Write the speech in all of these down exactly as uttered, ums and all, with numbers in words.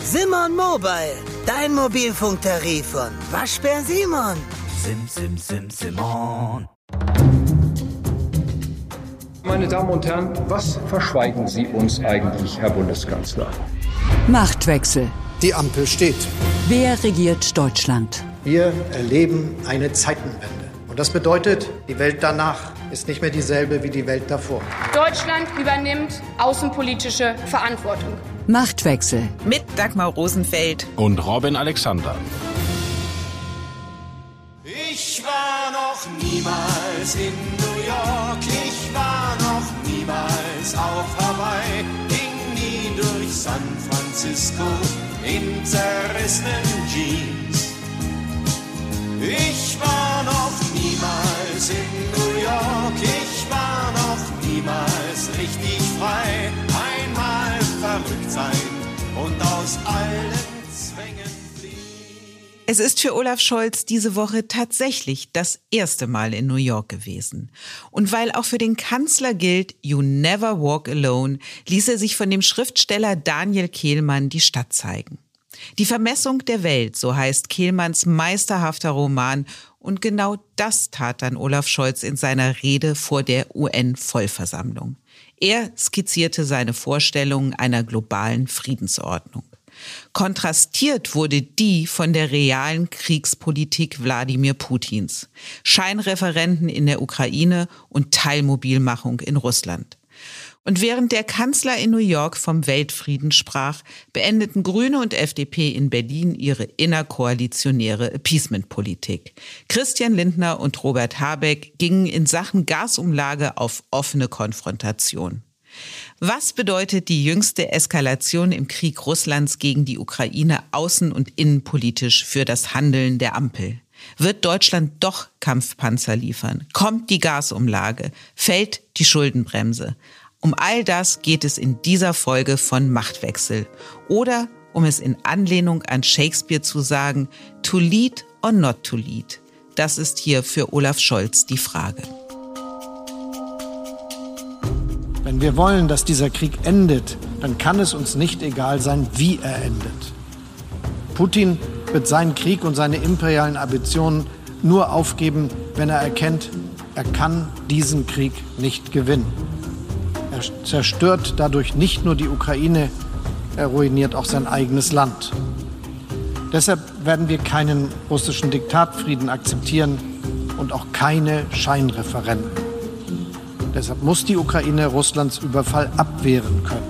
Simon Mobile, dein Mobilfunktarif von Waschbär Simon. Sim, sim, sim, Simon. Meine Damen und Herren, was verschweigen Sie uns eigentlich, Herr Bundeskanzler? Machtwechsel. Die Ampel steht. Wer regiert Deutschland? Wir erleben eine Zeitenwende. Und das bedeutet, die Welt danach ist nicht mehr dieselbe wie die Welt davor. Deutschland übernimmt außenpolitische Verantwortung. Machtwechsel. Mit Dagmar Rosenfeld und Robin Alexander. Ich war noch niemals in New York, ich war noch niemals auf Hawaii, ging nie durch San Francisco in zerrissenen Jeans. Ich war noch niemals in New York, ich war noch niemals richtig frei. Einmal verrückt sein und aus allen Zwängen fliehen. Es ist für Olaf Scholz diese Woche tatsächlich das erste Mal in New York gewesen. Und weil auch für den Kanzler gilt, you never walk alone, ließ er sich von dem Schriftsteller Daniel Kehlmann die Stadt zeigen. Die Vermessung der Welt, so heißt Kehlmanns meisterhafter Roman. Und genau das tat dann Olaf Scholz in seiner Rede vor der U N-Vollversammlung. Er skizzierte seine Vorstellungen einer globalen Friedensordnung. Kontrastiert wurde die von der realen Kriegspolitik Wladimir Putins, Scheinreferenden in der Ukraine und Teilmobilmachung in Russland. Und während der Kanzler in New York vom Weltfrieden sprach, beendeten Grüne und F D P in Berlin ihre innerkoalitionäre Appeasement-Politik. Christian Lindner und Robert Habeck gingen in Sachen Gasumlage auf offene Konfrontation. Was bedeutet die jüngste Eskalation im Krieg Russlands gegen die Ukraine außen- und innenpolitisch für das Handeln der Ampel? Wird Deutschland doch Kampfpanzer liefern? Kommt die Gasumlage? Fällt die Schuldenbremse? Um all das geht es in dieser Folge von Machtwechsel. Oder, um es in Anlehnung an Shakespeare zu sagen, to lead or not to lead. Das ist hier für Olaf Scholz die Frage. Wenn wir wollen, dass dieser Krieg endet, dann kann es uns nicht egal sein, wie er endet. Putin wird seinen Krieg und seine imperialen Ambitionen nur aufgeben, wenn er erkennt, er kann diesen Krieg nicht gewinnen. Er zerstört dadurch nicht nur die Ukraine, er ruiniert auch sein eigenes Land. Deshalb werden wir keinen russischen Diktatfrieden akzeptieren und auch keine Scheinreferenden. Deshalb muss die Ukraine Russlands Überfall abwehren können.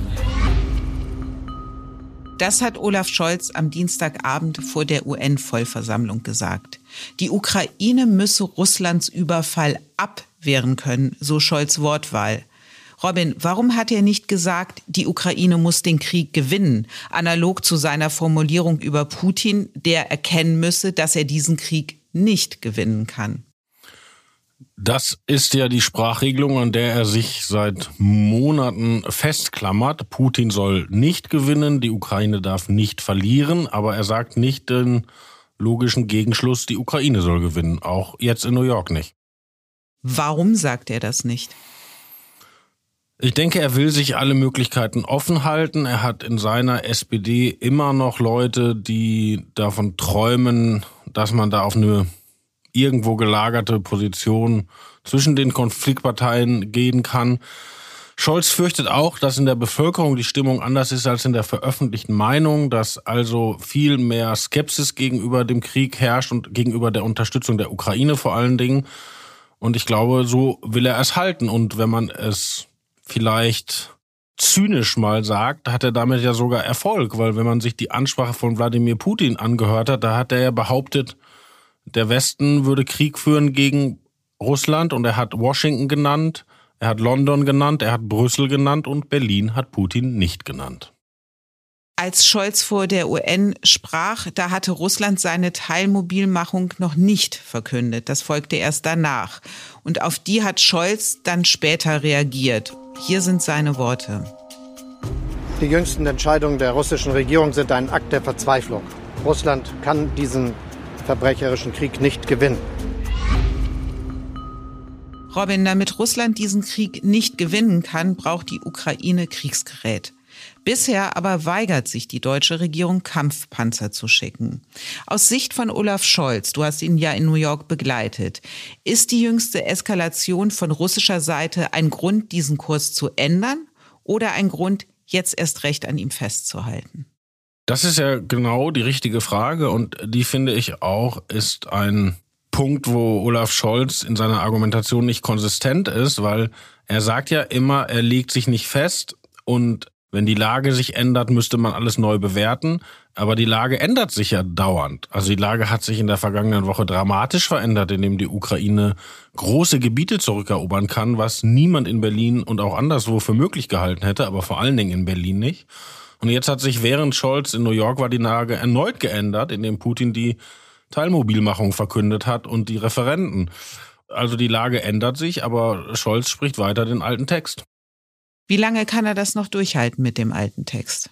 Das hat Olaf Scholz am Dienstagabend vor der U N-Vollversammlung gesagt. Die Ukraine müsse Russlands Überfall abwehren können, so Scholz' Wortwahl. Robin, warum hat er nicht gesagt, die Ukraine muss den Krieg gewinnen, analog zu seiner Formulierung über Putin, der erkennen müsse, dass er diesen Krieg nicht gewinnen kann? Das ist ja die Sprachregelung, an der er sich seit Monaten festklammert. Putin soll nicht gewinnen, die Ukraine darf nicht verlieren, aber er sagt nicht den logischen Gegenschluss, die Ukraine soll gewinnen, auch jetzt in New York nicht. Warum sagt er das nicht? Ich denke, er will sich alle Möglichkeiten offen halten. Er hat in seiner S P D immer noch Leute, die davon träumen, dass man da auf eine irgendwo gelagerte Position zwischen den Konfliktparteien gehen kann. Scholz fürchtet auch, dass in der Bevölkerung die Stimmung anders ist als in der veröffentlichten Meinung, dass also viel mehr Skepsis gegenüber dem Krieg herrscht und gegenüber der Unterstützung der Ukraine vor allen Dingen. Und ich glaube, so will er es halten. Und wenn man es vielleicht zynisch mal sagt, hat er damit ja sogar Erfolg, weil wenn man sich die Ansprache von Wladimir Putin angehört hat, da hat er ja behauptet, der Westen würde Krieg führen gegen Russland und er hat Washington genannt, er hat London genannt, er hat Brüssel genannt und Berlin hat Putin nicht genannt. Als Scholz vor der U N sprach, da hatte Russland seine Teilmobilmachung noch nicht verkündet. Das folgte erst danach. Und auf die hat Scholz dann später reagiert. Hier sind seine Worte. Die jüngsten Entscheidungen der russischen Regierung sind ein Akt der Verzweiflung. Russland kann diesen verbrecherischen Krieg nicht gewinnen. Robin, damit Russland diesen Krieg nicht gewinnen kann, braucht die Ukraine Kriegsgerät. Bisher aber weigert sich die deutsche Regierung, Kampfpanzer zu schicken. Aus Sicht von Olaf Scholz, du hast ihn ja in New York begleitet, ist die jüngste Eskalation von russischer Seite ein Grund, diesen Kurs zu ändern oder ein Grund, jetzt erst recht an ihm festzuhalten? Das ist ja genau die richtige Frage und die finde ich auch ist ein Punkt, wo Olaf Scholz in seiner Argumentation nicht konsistent ist, weil er sagt ja immer, er legt sich nicht fest und wenn die Lage sich ändert, müsste man alles neu bewerten. Aber die Lage ändert sich ja dauernd. Also die Lage hat sich in der vergangenen Woche dramatisch verändert, indem die Ukraine große Gebiete zurückerobern kann, was niemand in Berlin und auch anderswo für möglich gehalten hätte, aber vor allen Dingen in Berlin nicht. Und jetzt hat sich während Scholz in New York war die Lage erneut geändert, indem Putin die Teilmobilmachung verkündet hat und die Referenden. Also die Lage ändert sich, aber Scholz spricht weiter den alten Text. Wie lange kann er das noch durchhalten mit dem alten Text?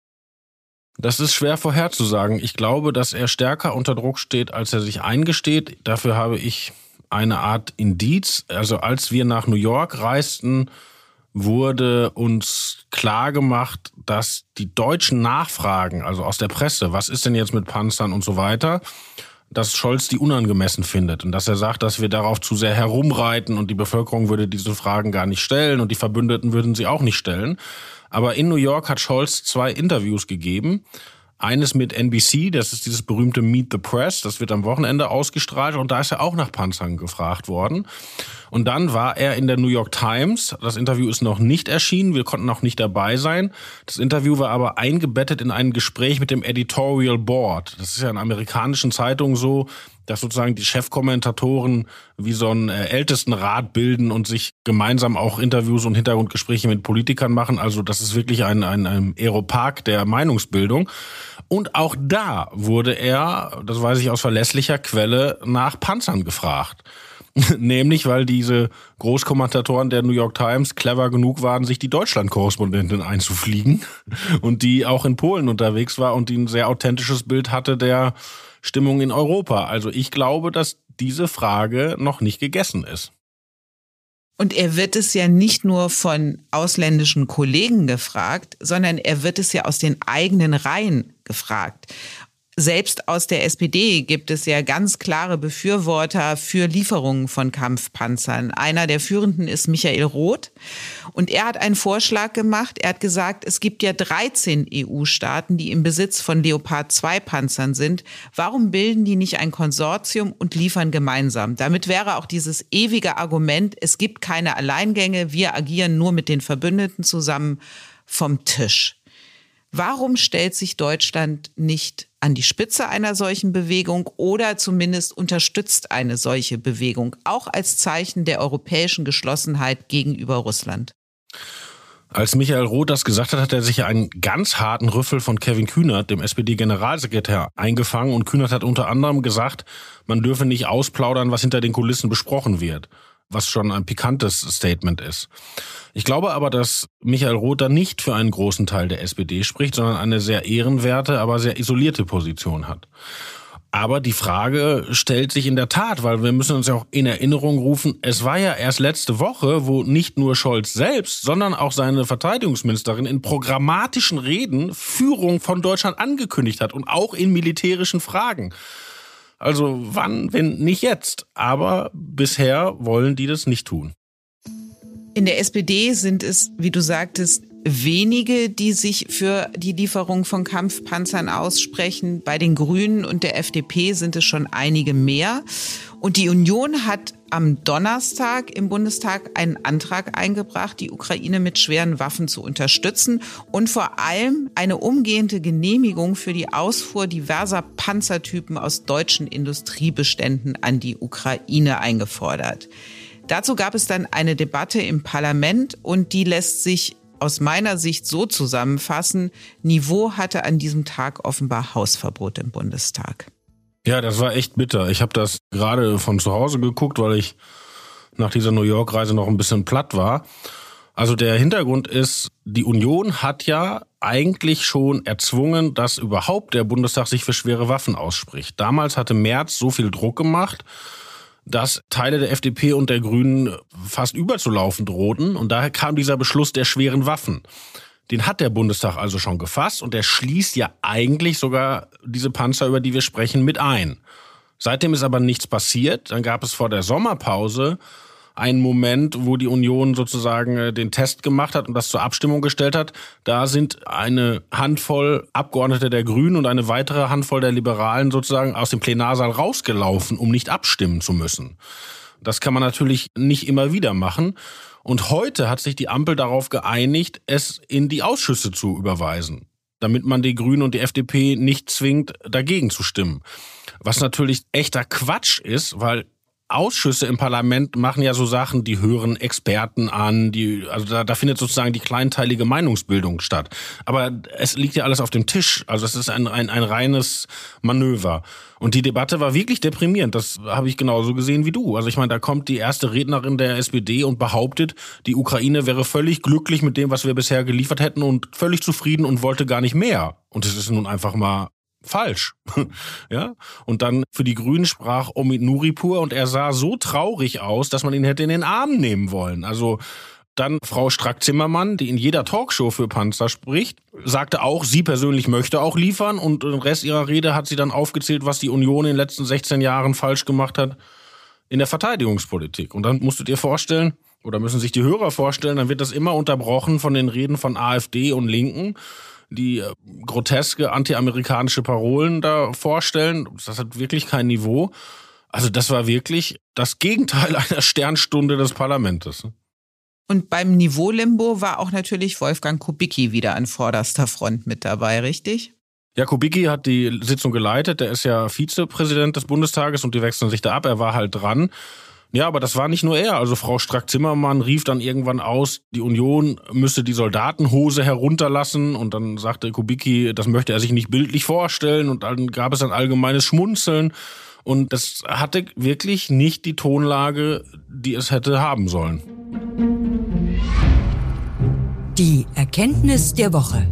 Das ist schwer vorherzusagen. Ich glaube, dass er stärker unter Druck steht, als er sich eingesteht. Dafür habe ich eine Art Indiz. Also als wir nach New York reisten, wurde uns klar gemacht, dass die deutschen Nachfragen, also aus der Presse, was ist denn jetzt mit Panzern und so weiter, dass Scholz die unangemessen findet und dass er sagt, dass wir darauf zu sehr herumreiten und die Bevölkerung würde diese Fragen gar nicht stellen und die Verbündeten würden sie auch nicht stellen. Aber in New York hat Scholz zwei Interviews gegeben. Eines mit N B C, das ist dieses berühmte Meet the Press, das wird am Wochenende ausgestrahlt und da ist er auch nach Panzern gefragt worden. Und dann war er in der New York Times, das Interview ist noch nicht erschienen, wir konnten auch nicht dabei sein. Das Interview war aber eingebettet in ein Gespräch mit dem Editorial Board. Das ist ja in amerikanischen Zeitungen so, dass sozusagen die Chefkommentatoren wie so einen Ältestenrat bilden und sich gemeinsam auch Interviews und Hintergrundgespräche mit Politikern machen. Also das ist wirklich ein, ein, ein Aeropark der Meinungsbildung. Und auch da wurde er, das weiß ich aus verlässlicher Quelle, nach Panzern gefragt. Nämlich, weil diese Großkommentatoren der New York Times clever genug waren, sich die Deutschland-Korrespondentin einzufliegen und die auch in Polen unterwegs war und die ein sehr authentisches Bild hatte der Stimmung in Europa. Also ich glaube, dass diese Frage noch nicht gegessen ist. Und er wird es ja nicht nur von ausländischen Kollegen gefragt, sondern er wird es ja aus den eigenen Reihen gefragt. Selbst aus der S P D gibt es ja ganz klare Befürworter für Lieferungen von Kampfpanzern. Einer der führenden ist Michael Roth. Und er hat einen Vorschlag gemacht. Er hat gesagt, es gibt ja dreizehn E U-Staaten, die im Besitz von Leopard zwei Panzern sind. Warum bilden die nicht ein Konsortium und liefern gemeinsam? Damit wäre auch dieses ewige Argument, es gibt keine Alleingänge, wir agieren nur mit den Verbündeten zusammen, vom Tisch. Warum stellt sich Deutschland nicht an die Spitze einer solchen Bewegung oder zumindest unterstützt eine solche Bewegung, auch als Zeichen der europäischen Geschlossenheit gegenüber Russland? Als Michael Roth das gesagt hat, hat er sich ja einen ganz harten Rüffel von Kevin Kühnert, dem S P D-Generalsekretär, eingefangen. Und Kühnert hat unter anderem gesagt, man dürfe nicht ausplaudern, was hinter den Kulissen besprochen wird. Was schon ein pikantes Statement ist. Ich glaube aber, dass Michael Roth da nicht für einen großen Teil der S P D spricht, sondern eine sehr ehrenwerte, aber sehr isolierte Position hat. Aber die Frage stellt sich in der Tat, weil wir müssen uns ja auch in Erinnerung rufen, es war ja erst letzte Woche, wo nicht nur Scholz selbst, sondern auch seine Verteidigungsministerin in programmatischen Reden Führung von Deutschland angekündigt hat und auch in militärischen Fragen. Also wann, wenn nicht jetzt? Aber bisher wollen die das nicht tun. In der S P D sind es, wie du sagtest, wenige, die sich für die Lieferung von Kampfpanzern aussprechen. Bei den Grünen und der F D P sind es schon einige mehr. Und die Union hat am Donnerstag im Bundestag einen Antrag eingebracht, die Ukraine mit schweren Waffen zu unterstützen und vor allem eine umgehende Genehmigung für die Ausfuhr diverser Panzertypen aus deutschen Industriebeständen an die Ukraine eingefordert. Dazu gab es dann eine Debatte im Parlament und die lässt sich aus meiner Sicht so zusammenfassen: Niveau hatte an diesem Tag offenbar Hausverbot im Bundestag. Ja, das war echt bitter. Ich habe das gerade von zu Hause geguckt, weil ich nach dieser New York-Reise noch ein bisschen platt war. Also der Hintergrund ist, die Union hat ja eigentlich schon erzwungen, dass überhaupt der Bundestag sich für schwere Waffen ausspricht. Damals hatte Merz so viel Druck gemacht, dass Teile der F D P und der Grünen fast überzulaufen drohten. Und daher kam dieser Beschluss der schweren Waffen. Den hat der Bundestag also schon gefasst und der schließt ja eigentlich sogar diese Panzer, über die wir sprechen, mit ein. Seitdem ist aber nichts passiert. Dann gab es vor der Sommerpause einen Moment, wo die Union sozusagen den Test gemacht hat und das zur Abstimmung gestellt hat. Da sind eine Handvoll Abgeordnete der Grünen und eine weitere Handvoll der Liberalen sozusagen aus dem Plenarsaal rausgelaufen, um nicht abstimmen zu müssen. Das kann man natürlich nicht immer wieder machen. Und heute hat sich die Ampel darauf geeinigt, es in die Ausschüsse zu überweisen, damit man die Grünen und die F D P nicht zwingt, dagegen zu stimmen. Was natürlich echter Quatsch ist, weil Ausschüsse im Parlament machen ja so Sachen, die hören Experten an, die, also da, da findet sozusagen die kleinteilige Meinungsbildung statt. Aber es liegt ja alles auf dem Tisch, also es ist ein, ein, ein reines Manöver. Und die Debatte war wirklich deprimierend, das habe ich genauso gesehen wie du. Also ich meine, da kommt die erste Rednerin der S P D und behauptet, die Ukraine wäre völlig glücklich mit dem, was wir bisher geliefert hätten und völlig zufrieden und wollte gar nicht mehr. Und es ist nun einfach mal falsch. Ja? Und dann für die Grünen sprach Omid Nuripur und er sah so traurig aus, dass man ihn hätte in den Arm nehmen wollen. Also dann Frau Strack-Zimmermann, die in jeder Talkshow für Panzer spricht, sagte auch, sie persönlich möchte auch liefern und den Rest ihrer Rede hat sie dann aufgezählt, was die Union in den letzten sechzehn Jahren falsch gemacht hat in der Verteidigungspolitik. Und dann musst du dir vorstellen, oder müssen sich die Hörer vorstellen, dann wird das immer unterbrochen von den Reden von AfD und Linken, die groteske anti-amerikanische Parolen da vorstellen. Das hat wirklich kein Niveau. Also das war wirklich das Gegenteil einer Sternstunde des Parlaments. Und beim Niveau-Limbo war auch natürlich Wolfgang Kubicki wieder an vorderster Front mit dabei, richtig? Ja, Kubicki hat die Sitzung geleitet. Der ist ja Vizepräsident des Bundestages und die wechseln sich da ab. Er war halt dran. Ja, aber das war nicht nur er. Also Frau Strack-Zimmermann rief dann irgendwann aus, die Union müsse die Soldatenhose herunterlassen. Und dann sagte Kubicki, das möchte er sich nicht bildlich vorstellen. Und dann gab es ein allgemeines Schmunzeln. Und das hatte wirklich nicht die Tonlage, die es hätte haben sollen. Die Erkenntnis der Woche.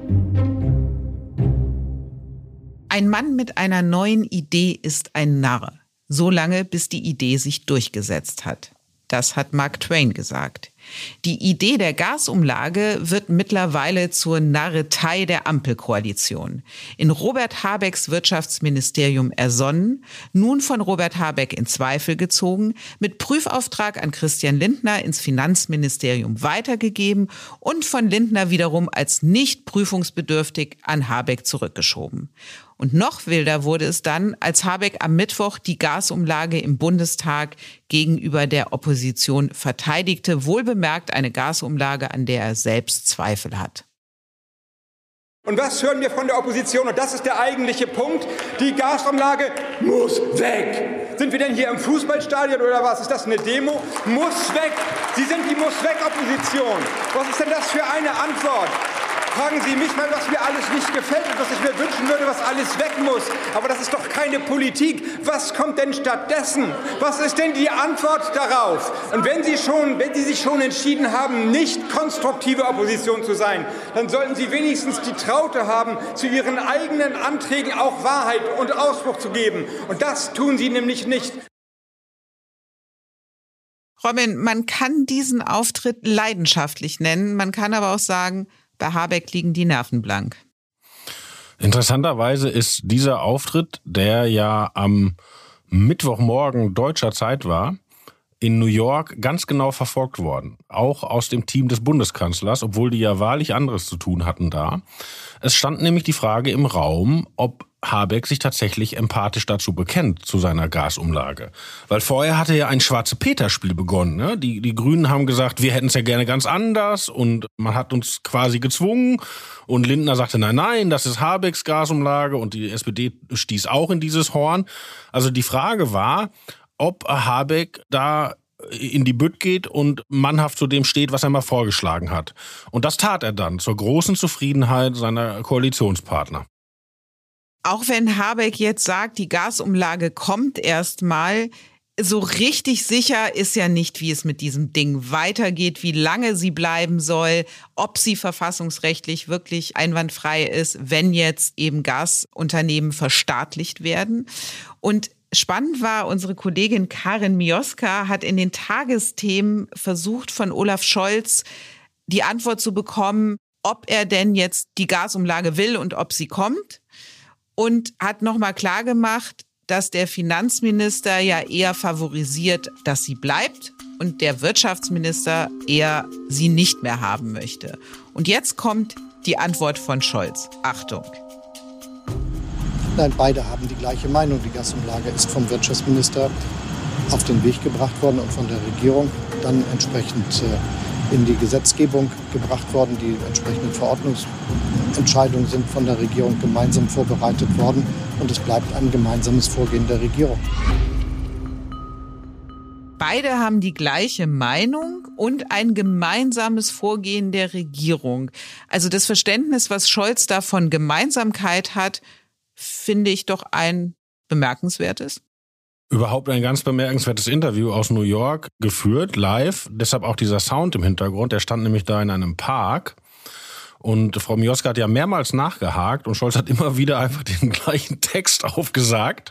Ein Mann mit einer neuen Idee ist ein Narr. So lange, bis die Idee sich durchgesetzt hat. Das hat Mark Twain gesagt. Die Idee der Gasumlage wird mittlerweile zur Narretei der Ampelkoalition. In Robert Habecks Wirtschaftsministerium ersonnen, nun von Robert Habeck in Zweifel gezogen, mit Prüfauftrag an Christian Lindner ins Finanzministerium weitergegeben und von Lindner wiederum als nicht prüfungsbedürftig an Habeck zurückgeschoben. Und noch wilder wurde es dann, als Habeck am Mittwoch die Gasumlage im Bundestag gegenüber der Opposition verteidigte, wohlbemerkt eine Gasumlage, an der er selbst Zweifel hat. Und was hören wir von der Opposition? Und das ist der eigentliche Punkt. Die Gasumlage muss weg. Sind wir denn hier im Fußballstadion oder was? Ist das eine Demo? Muss weg. Sie sind die Muss-weg-Opposition. Was ist denn das für eine Antwort? Fragen Sie mich mal, was mir alles nicht gefällt und was ich mir wünschen würde, was alles weg muss. Aber das ist doch keine Politik. Was kommt denn stattdessen? Was ist denn die Antwort darauf? Und wenn Sie schon, wenn Sie sich schon entschieden haben, nicht konstruktive Opposition zu sein, dann sollten Sie wenigstens die Traute haben, zu Ihren eigenen Anträgen auch Wahrheit und Ausdruck zu geben. Und das tun Sie nämlich nicht. Robin, man kann diesen Auftritt leidenschaftlich nennen. Man kann aber auch sagen, bei Habeck liegen die Nerven blank. Interessanterweise ist dieser Auftritt, der ja am Mittwochmorgen deutscher Zeit war, in New York ganz genau verfolgt worden. Auch aus dem Team des Bundeskanzlers, obwohl die ja wahrlich anderes zu tun hatten da. Es stand nämlich die Frage im Raum, ob Habeck sich tatsächlich empathisch dazu bekennt, zu seiner Gasumlage. Weil vorher hatte ja ein Schwarze-Peter-Spiel begonnen. Ne? Die, die Grünen haben gesagt, wir hätten es ja gerne ganz anders und man hat uns quasi gezwungen. Und Lindner sagte, nein, nein, das ist Habecks Gasumlage und die S P D stieß auch in dieses Horn. Also die Frage war, ob Habeck da in die Bütt geht und mannhaft zu dem steht, was er mal vorgeschlagen hat. Und das tat er dann, zur großen Zufriedenheit seiner Koalitionspartner. Auch wenn Habeck jetzt sagt, die Gasumlage kommt erstmal, so richtig sicher ist ja nicht, wie es mit diesem Ding weitergeht, wie lange sie bleiben soll, ob sie verfassungsrechtlich wirklich einwandfrei ist, wenn jetzt eben Gasunternehmen verstaatlicht werden. Und spannend war, unsere Kollegin Karin Mioska hat in den Tagesthemen versucht, von Olaf Scholz die Antwort zu bekommen, ob er denn jetzt die Gasumlage will und ob sie kommt. Und hat nochmal klargemacht, dass der Finanzminister ja eher favorisiert, dass sie bleibt und der Wirtschaftsminister eher sie nicht mehr haben möchte. Und jetzt kommt die Antwort von Scholz. Achtung. Nein, beide haben die gleiche Meinung. Die Gasumlage ist vom Wirtschaftsminister auf den Weg gebracht worden und von der Regierung dann entsprechend in die Gesetzgebung gebracht worden. Die entsprechenden Verordnungsentscheidungen sind von der Regierung gemeinsam vorbereitet worden und es bleibt ein gemeinsames Vorgehen der Regierung. Beide haben die gleiche Meinung und ein gemeinsames Vorgehen der Regierung. Also das Verständnis, was Scholz da von Gemeinsamkeit hat, finde ich doch ein bemerkenswertes. Überhaupt ein ganz bemerkenswertes Interview aus New York geführt, live. Deshalb auch dieser Sound im Hintergrund. Der stand nämlich da in einem Park. Und Frau Mioska hat ja mehrmals nachgehakt und Scholz hat immer wieder einfach den gleichen Text aufgesagt.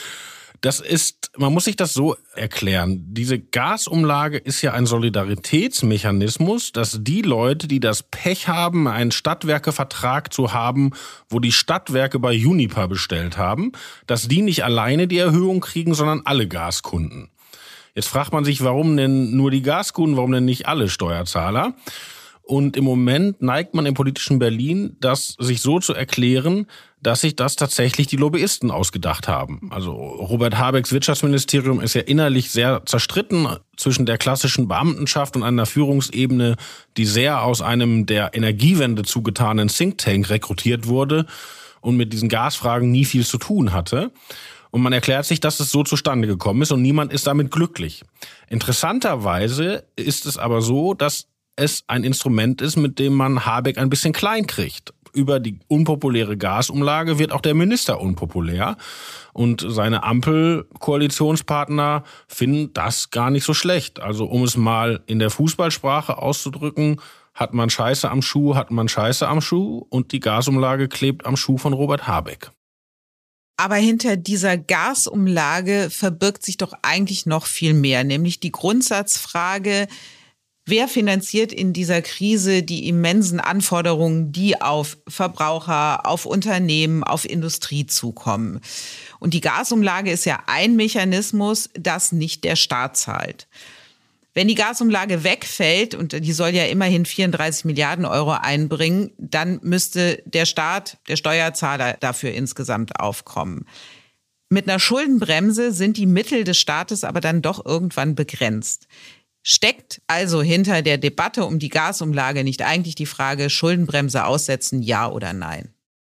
Das ist, man muss sich das so erklären. Diese Gasumlage ist ja ein Solidaritätsmechanismus, dass die Leute, die das Pech haben, einen Stadtwerkevertrag zu haben, wo die Stadtwerke bei Uniper bestellt haben, dass die nicht alleine die Erhöhung kriegen, sondern alle Gaskunden. Jetzt fragt man sich, warum denn nur die Gaskunden, warum denn nicht alle Steuerzahler? Und im Moment neigt man im politischen Berlin, das sich so zu erklären, dass sich das tatsächlich die Lobbyisten ausgedacht haben. Also Robert Habecks Wirtschaftsministerium ist ja innerlich sehr zerstritten zwischen der klassischen Beamtenschaft und einer Führungsebene, die sehr aus einem der Energiewende zugetanen Think Tank rekrutiert wurde und mit diesen Gasfragen nie viel zu tun hatte. Und man erklärt sich, dass es so zustande gekommen ist und niemand ist damit glücklich. Interessanterweise ist es aber so, dass es ein Instrument ist, mit dem man Habeck ein bisschen klein kriegt. Über die unpopuläre Gasumlage wird auch der Minister unpopulär. Und seine Ampel-Koalitionspartner finden das gar nicht so schlecht. Also um es mal in der Fußballsprache auszudrücken, hat man Scheiße am Schuh, hat man Scheiße am Schuh und die Gasumlage klebt am Schuh von Robert Habeck. Aber hinter dieser Gasumlage verbirgt sich doch eigentlich noch viel mehr, nämlich die Grundsatzfrage: Wer finanziert in dieser Krise die immensen Anforderungen, die auf Verbraucher, auf Unternehmen, auf Industrie zukommen? Und die Gasumlage ist ja ein Mechanismus, das nicht der Staat zahlt. Wenn die Gasumlage wegfällt, und die soll ja immerhin vierunddreißig Milliarden Euro einbringen, dann müsste der Staat, der Steuerzahler dafür insgesamt aufkommen. Mit einer Schuldenbremse sind die Mittel des Staates aber dann doch irgendwann begrenzt. Steckt also hinter der Debatte um die Gasumlage nicht eigentlich die Frage, Schuldenbremse aussetzen, ja oder nein?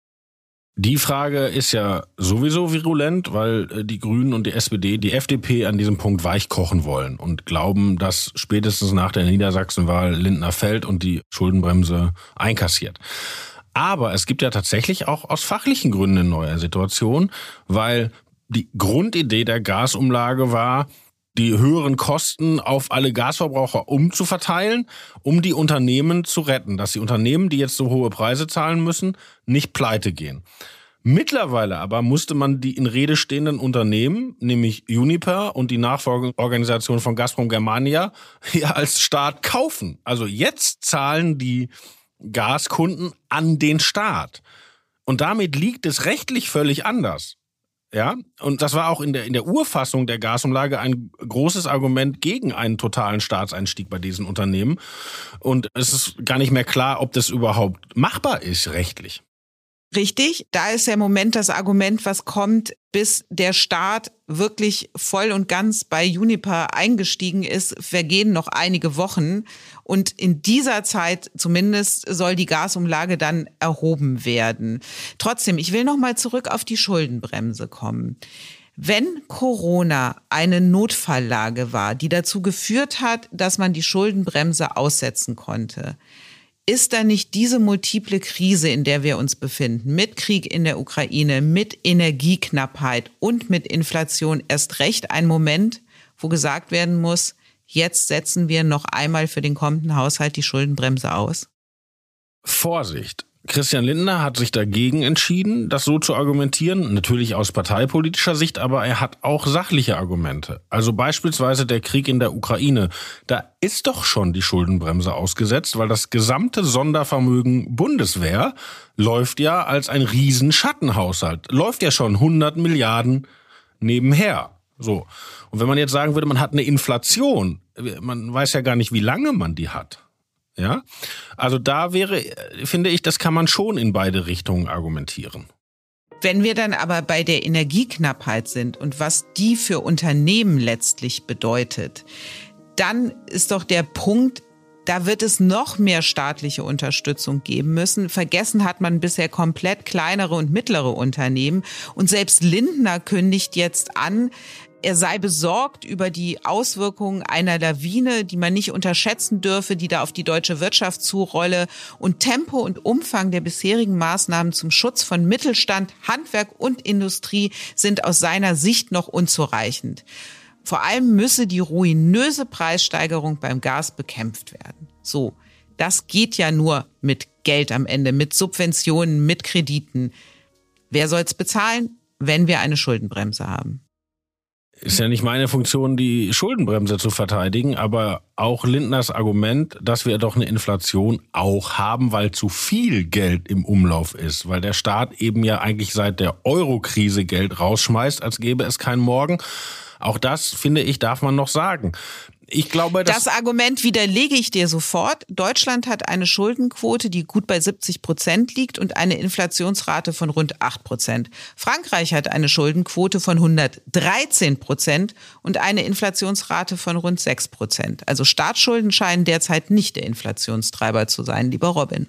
Die Frage ist ja sowieso virulent, weil die Grünen und die S P D die F D P an diesem Punkt weichkochen wollen und glauben, dass spätestens nach der Niedersachsenwahl Lindner fällt und die Schuldenbremse einkassiert. Aber es gibt ja tatsächlich auch aus fachlichen Gründen eine neue Situation, weil die Grundidee der Gasumlage war, die höheren Kosten auf alle Gasverbraucher umzuverteilen, um die Unternehmen zu retten, dass die Unternehmen, die jetzt so hohe Preise zahlen müssen, nicht pleite gehen. Mittlerweile aber musste man die in Rede stehenden Unternehmen, nämlich Uniper und die Nachfolgeorganisation von Gazprom Germania, ja als Staat kaufen. Also jetzt zahlen die Gaskunden an den Staat. Und damit liegt es rechtlich völlig anders. Ja, und das war auch in der, in der Urfassung der Gasumlage ein großes Argument gegen einen totalen Staatseinstieg bei diesen Unternehmen. Und es ist gar nicht mehr klar, ob das überhaupt machbar ist rechtlich. Richtig, da ist ja im Moment das Argument, was kommt, bis der Staat wirklich voll und ganz bei Uniper eingestiegen ist, vergehen noch einige Wochen. Und in dieser Zeit zumindest soll die Gasumlage dann erhoben werden. Trotzdem, ich will noch mal zurück auf die Schuldenbremse kommen. Wenn Corona eine Notfalllage war, die dazu geführt hat, dass man die Schuldenbremse aussetzen konnte, ist da nicht diese multiple Krise, in der wir uns befinden, mit Krieg in der Ukraine, mit Energieknappheit und mit Inflation erst recht ein Moment, wo gesagt werden muss, jetzt setzen wir noch einmal für den kommenden Haushalt die Schuldenbremse aus? Vorsicht! Christian Lindner hat sich dagegen entschieden, das so zu argumentieren, natürlich aus parteipolitischer Sicht, aber er hat auch sachliche Argumente. Also beispielsweise der Krieg in der Ukraine. Da ist doch schon die Schuldenbremse ausgesetzt, weil das gesamte Sondervermögen Bundeswehr läuft ja als ein Riesenschattenhaushalt. Läuft ja schon hundert Milliarden nebenher. So. Und wenn man jetzt sagen würde, man hat eine Inflation, man weiß ja gar nicht, wie lange man die hat. Ja, also da wäre, finde ich, das kann man schon in beide Richtungen argumentieren. Wenn wir dann aber bei der Energieknappheit sind und was die für Unternehmen letztlich bedeutet, dann ist doch der Punkt, da wird es noch mehr staatliche Unterstützung geben müssen. Vergessen hat man bisher komplett kleinere und mittlere Unternehmen. Und selbst Lindner kündigt jetzt an, er sei besorgt über die Auswirkungen einer Lawine, die man nicht unterschätzen dürfe, die da auf die deutsche Wirtschaft zurolle. Und Tempo und Umfang der bisherigen Maßnahmen zum Schutz von Mittelstand, Handwerk und Industrie sind aus seiner Sicht noch unzureichend. Vor allem müsse die ruinöse Preissteigerung beim Gas bekämpft werden. So, das geht ja nur mit Geld am Ende, mit Subventionen, mit Krediten. Wer soll's bezahlen, wenn wir eine Schuldenbremse haben? Ist ja nicht meine Funktion, die Schuldenbremse zu verteidigen, aber auch Lindners Argument, dass wir doch eine Inflation auch haben, weil zu viel Geld im Umlauf ist, weil der Staat eben ja eigentlich seit der Euro-Krise Geld rausschmeißt, als gäbe es keinen Morgen. Auch das, finde ich, darf man noch sagen. Ich glaube, das Argument widerlege ich dir sofort. Deutschland hat eine Schuldenquote, die gut bei siebzig Prozent liegt und eine Inflationsrate von rund acht Prozent. Frankreich hat eine Schuldenquote von hundertdreizehn Prozent und eine Inflationsrate von rund sechs Prozent. Also Staatsschulden scheinen derzeit nicht der Inflationstreiber zu sein, lieber Robin.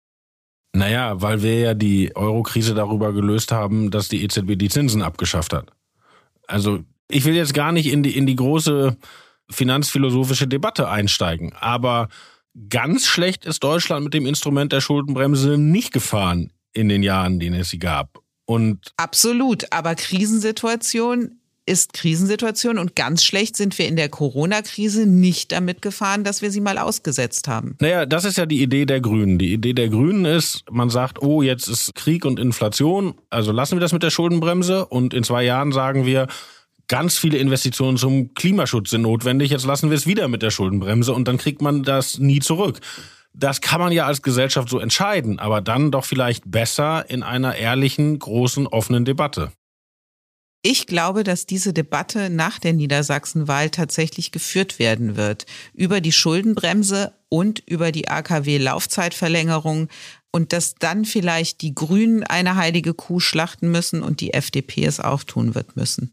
Naja, weil wir ja die Euro-Krise darüber gelöst haben, dass die E Z B die Zinsen abgeschafft hat. Also ich will jetzt gar nicht in die, in die große finanzphilosophische Debatte einsteigen. Aber ganz schlecht ist Deutschland mit dem Instrument der Schuldenbremse nicht gefahren in den Jahren, denen es sie gab. Und absolut, aber Krisensituation ist Krisensituation und ganz schlecht sind wir in der Corona-Krise nicht damit gefahren, dass wir sie mal ausgesetzt haben. Naja, das ist ja die Idee der Grünen. Die Idee der Grünen ist, man sagt, oh, jetzt ist Krieg und Inflation, also lassen wir das mit der Schuldenbremse und in zwei Jahren sagen wir, ganz viele Investitionen zum Klimaschutz sind notwendig, jetzt lassen wir es wieder mit der Schuldenbremse und dann kriegt man das nie zurück. Das kann man ja als Gesellschaft so entscheiden, aber dann doch vielleicht besser in einer ehrlichen, großen, offenen Debatte. Ich glaube, dass diese Debatte nach der Niedersachsenwahl tatsächlich geführt werden wird. Über die Schuldenbremse und über die A K W-Laufzeitverlängerung. Und dass dann vielleicht die Grünen eine heilige Kuh schlachten müssen und die F D P es auch tun wird müssen.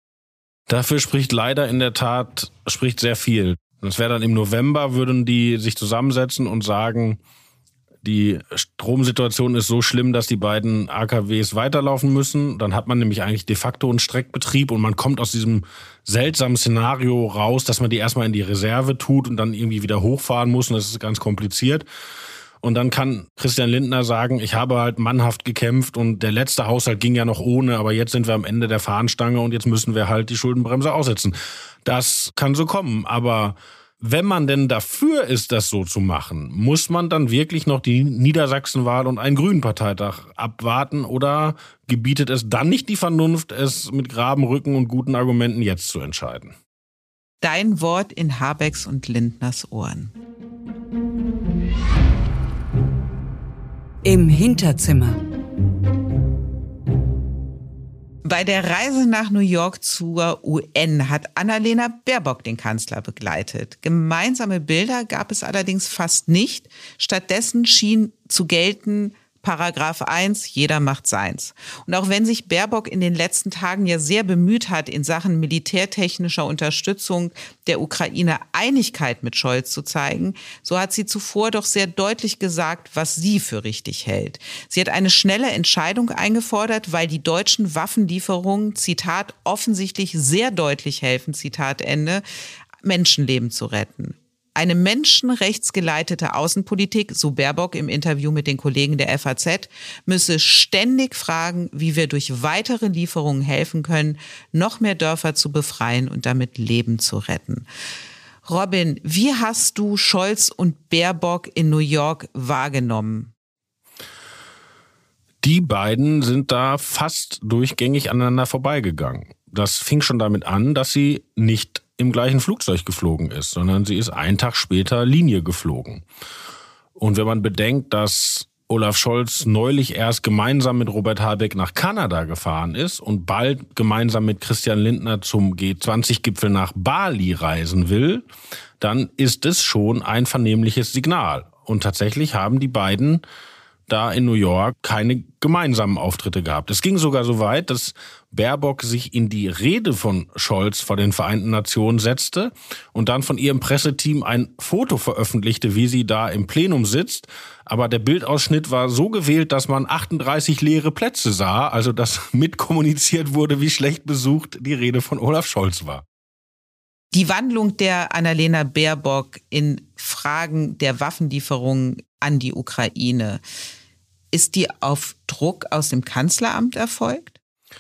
Dafür spricht leider in der Tat, spricht sehr viel. Das wäre dann im November, würden die sich zusammensetzen und sagen, die Stromsituation ist so schlimm, dass die beiden A K Ws weiterlaufen müssen. Dann hat man nämlich eigentlich de facto einen Streckbetrieb und man kommt aus diesem seltsamen Szenario raus, dass man die erstmal in die Reserve tut und dann irgendwie wieder hochfahren muss und das ist ganz kompliziert. Und dann kann Christian Lindner sagen, ich habe halt mannhaft gekämpft und der letzte Haushalt ging ja noch ohne, aber jetzt sind wir am Ende der Fahnenstange und jetzt müssen wir halt die Schuldenbremse aussetzen. Das kann so kommen, aber wenn man denn dafür ist, das so zu machen, muss man dann wirklich noch die Niedersachsenwahl und einen Grünen-Parteitag abwarten oder gebietet es dann nicht die Vernunft, es mit geradem Rücken und guten Argumenten jetzt zu entscheiden? Dein Wort in Habecks und Lindners Ohren. Im Hinterzimmer. Bei der Reise nach New York zur U N hat Annalena Baerbock den Kanzler begleitet. Gemeinsame Bilder gab es allerdings fast nicht. Stattdessen schien zu gelten Paragraph eins, jeder macht seins. Und auch wenn sich Baerbock in den letzten Tagen ja sehr bemüht hat, in Sachen militärtechnischer Unterstützung der Ukraine Einigkeit mit Scholz zu zeigen, so hat sie zuvor doch sehr deutlich gesagt, was sie für richtig hält. Sie hat eine schnelle Entscheidung eingefordert, weil die deutschen Waffenlieferungen, Zitat, offensichtlich sehr deutlich helfen, Zitat Ende, Menschenleben zu retten. Eine menschenrechtsgeleitete Außenpolitik, so Baerbock im Interview mit den Kollegen der F A Z, müsse ständig fragen, wie wir durch weitere Lieferungen helfen können, noch mehr Dörfer zu befreien und damit Leben zu retten. Robin, wie hast du Scholz und Baerbock in New York wahrgenommen? Die beiden sind da fast durchgängig aneinander vorbeigegangen. Das fing schon damit an, dass sie nicht im gleichen Flugzeug geflogen ist, sondern sie ist einen Tag später Linie geflogen. Und wenn man bedenkt, dass Olaf Scholz neulich erst gemeinsam mit Robert Habeck nach Kanada gefahren ist und bald gemeinsam mit Christian Lindner zum G zwanzig Gipfel nach Bali reisen will, dann ist es schon ein vernehmliches Signal. Und tatsächlich haben die beiden da in New York keine gemeinsamen Auftritte gehabt. Es ging sogar so weit, dass Baerbock sich in die Rede von Scholz vor den Vereinten Nationen setzte und dann von ihrem Presseteam ein Foto veröffentlichte, wie sie da im Plenum sitzt. Aber der Bildausschnitt war so gewählt, dass man achtunddreißig leere Plätze sah, also dass mitkommuniziert wurde, wie schlecht besucht die Rede von Olaf Scholz war. Die Wandlung der Annalena Baerbock in Fragen der Waffenlieferungen an die Ukraine, ist die auf Druck aus dem Kanzleramt erfolgt?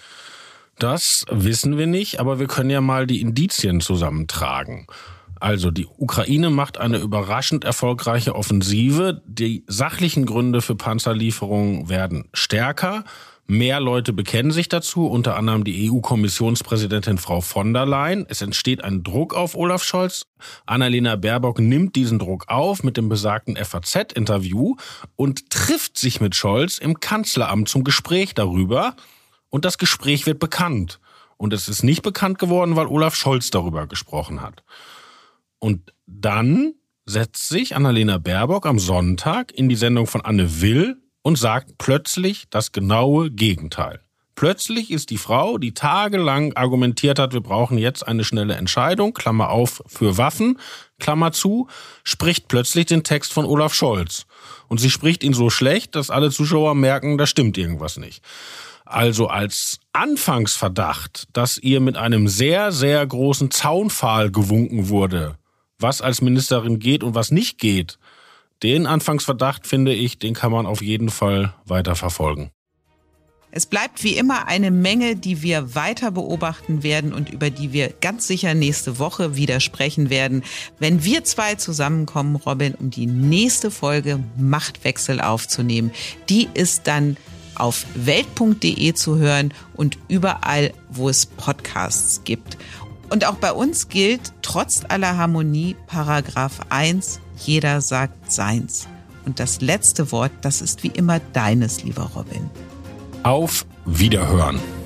Das wissen wir nicht, aber wir können ja mal die Indizien zusammentragen. Also die Ukraine macht eine überraschend erfolgreiche Offensive. Die sachlichen Gründe für Panzerlieferungen werden stärker. Mehr Leute bekennen sich dazu, unter anderem die E U-Kommissionspräsidentin Frau von der Leyen. Es entsteht ein Druck auf Olaf Scholz. Annalena Baerbock nimmt diesen Druck auf mit dem besagten F A Z-Interview und trifft sich mit Scholz im Kanzleramt zum Gespräch darüber. Und das Gespräch wird bekannt. Und es ist nicht bekannt geworden, weil Olaf Scholz darüber gesprochen hat. Und dann setzt sich Annalena Baerbock am Sonntag in die Sendung von Anne Will und sagt plötzlich das genaue Gegenteil. Plötzlich ist die Frau, die tagelang argumentiert hat, wir brauchen jetzt eine schnelle Entscheidung, Klammer auf, für Waffen, Klammer zu, spricht plötzlich den Text von Olaf Scholz. Und sie spricht ihn so schlecht, dass alle Zuschauer merken, da stimmt irgendwas nicht. Also als Anfangsverdacht, dass ihr mit einem sehr, sehr großen Zaunpfahl gewunken wurde, was als Ministerin geht und was nicht geht, den Anfangsverdacht, finde ich, den kann man auf jeden Fall weiter verfolgen. Es bleibt wie immer eine Menge, die wir weiter beobachten werden und über die wir ganz sicher nächste Woche wieder sprechen werden, wenn wir zwei zusammenkommen, Robin, um die nächste Folge Machtwechsel aufzunehmen. Die ist dann auf welt punkt de zu hören und überall, wo es Podcasts gibt. Und auch bei uns gilt trotz aller Harmonie Paragraph eins, jeder sagt seins. Und das letzte Wort, das ist wie immer deines, lieber Robin. Auf Wiederhören.